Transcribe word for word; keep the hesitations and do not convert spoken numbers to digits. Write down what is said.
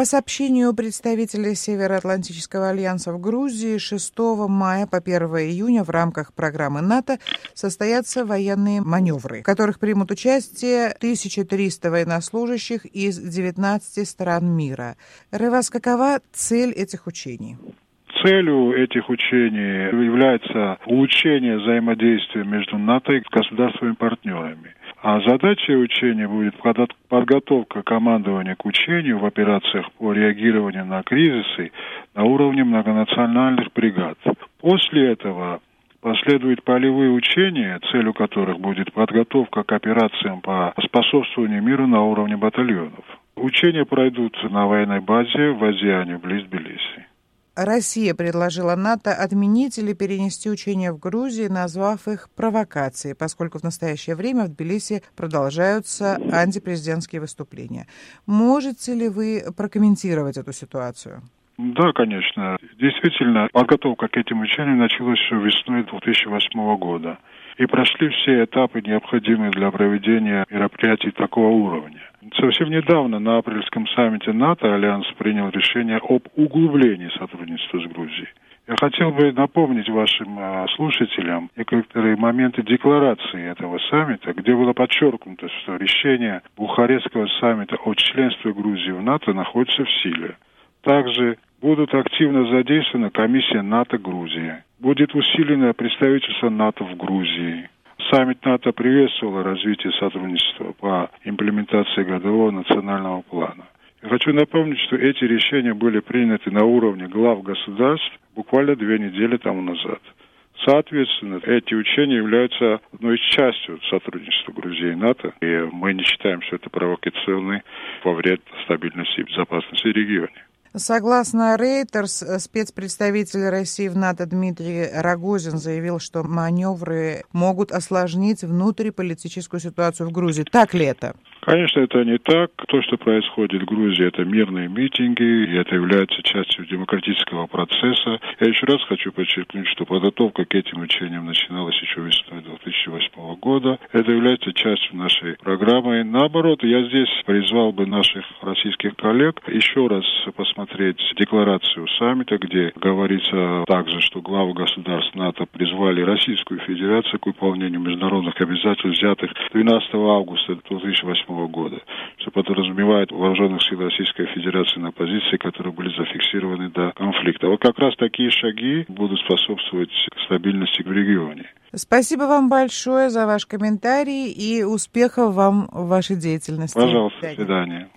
По сообщению представителя Североатлантического альянса в Грузии, шестого мая по первого июня в рамках программы НАТО состоятся военные маневры, в которых примут участие тысяча триста военнослужащих из девятнадцати стран мира. Ревас, какова цель этих учений? Целью этих учений является улучшение взаимодействия между НАТО и государствами-партнерами. А задачей учения будет подготовка командования к учению в операциях по реагированию на кризисы на уровне многонациональных бригад. После этого последуют полевые учения, целью которых будет подготовка к операциям по способствованию миру на уровне батальонов. Учения пройдут на военной базе в Азиане, близ Тбилиси. Россия предложила НАТО отменить или перенести учения в Грузии, назвав их провокацией, поскольку в настоящее время в Тбилиси продолжаются антипрезидентские выступления. Можете ли вы прокомментировать эту ситуацию? Да, конечно. Действительно, подготовка к этим учениям началась еще весной две тысячи восьмого года. И прошли все этапы, необходимые для проведения мероприятий такого уровня. Совсем недавно на апрельском саммите НАТО Альянс принял решение об углублении сотрудничества с Грузией. Я хотел бы напомнить вашим слушателям некоторые моменты декларации этого саммита, где было подчеркнуто, что решение Бухарестского саммита о членстве Грузии в НАТО находится в силе. Также будут активно задействованы комиссия НАТО-Грузия. Будет усилено представительство НАТО в Грузии. Саммит НАТО приветствовал развитие сотрудничества по имплементации годового национального плана. Я хочу напомнить, что эти решения были приняты на уровне глав государств буквально две недели тому назад. Соответственно, эти учения являются одной из частью сотрудничества Грузии и НАТО, и мы не считаем, что это провокационный во вред стабильности и безопасности в регионе. Согласно Reuters, спецпредставитель России в НАТО Дмитрий Рогозин заявил, что маневры могут осложнить внутриполитическую ситуацию в Грузии. Так ли это? Конечно, это не так. То, что происходит в Грузии, это мирные митинги, и это является частью демократического процесса. Я еще раз хочу подчеркнуть, что подготовка к этим учениям начиналась еще весной две тысячи восьмого года. Это является частью нашей программы. Наоборот, я здесь призвал бы наших российских коллег еще раз посмотреть декларацию саммита, где говорится также, что главы государств НАТО призвали Российскую Федерацию к выполнению международных обязательств, взятых двенадцатого августа две тысячи восьмого года, что подразумевает вооруженных сил Российской Федерации на позиции, которые были зафиксированы до конфликта. Вот как раз такие шаги будут способствовать стабильности в регионе. Спасибо вам большое за ваш комментарий и успехов вам в вашей деятельности. Пожалуйста, до свидания.